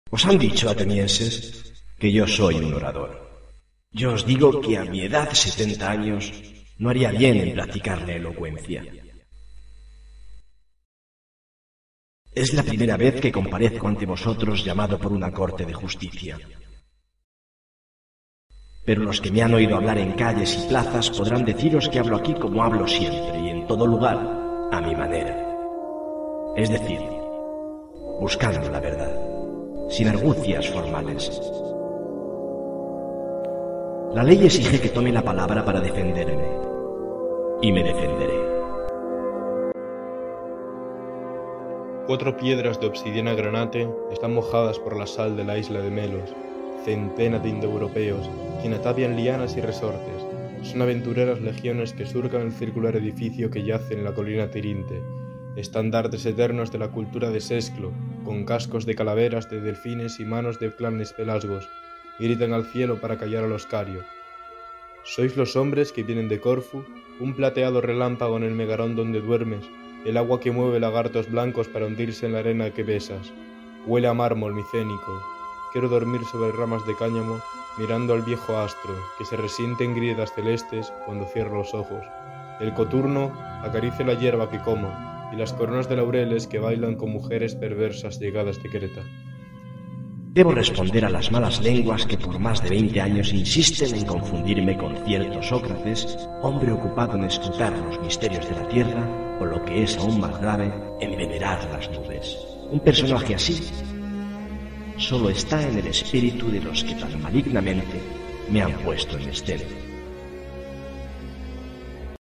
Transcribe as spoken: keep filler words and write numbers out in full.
Os han dicho, atenienses, que yo soy un orador. Yo os digo que a mi edad, setenta años, no haría bien en practicar la elocuencia. Es la primera vez que comparezco ante vosotros llamado por una corte de justicia. Pero los que me han oído hablar en calles y plazas podrán deciros que hablo aquí como hablo siempre y en todo lugar, a mi manera. Es decir, buscando la verdad, sin argucias formales. La ley exige que tome la palabra para defenderme, y me defenderé. Cuatro piedras de obsidiana granate están mojadas por la sal de la isla de Melos. Centenas de indoeuropeos, quien atavian lianas y resortes. Son aventureras legiones que surcan el circular edificio que yace en la colina Tirinte. Estandartes eternos de la cultura de Sesclo, con cascos de calaveras de delfines y manos de clanes pelasgos, gritan al cielo para callar a los Cario. Sois los hombres que vienen de Corfu, un plateado relámpago en el megarón donde duermes, el agua que mueve lagartos blancos para hundirse en la arena que besas. Huele a mármol micénico. Quiero dormir sobre ramas de cáñamo, mirando al viejo astro, que se resiente en grietas celestes cuando cierro los ojos. El coturno acaricia la hierba que como, y las coronas de laureles que bailan con mujeres perversas llegadas de Creta. Debo responder a las malas lenguas que por más de veinte años insisten en confundirme con cierto Sócrates, hombre ocupado en escrutar los misterios de la tierra, o lo que es aún más grave, en venerar las nubes. Un personaje así solo está en el espíritu de los que tan malignamente me han puesto en escena.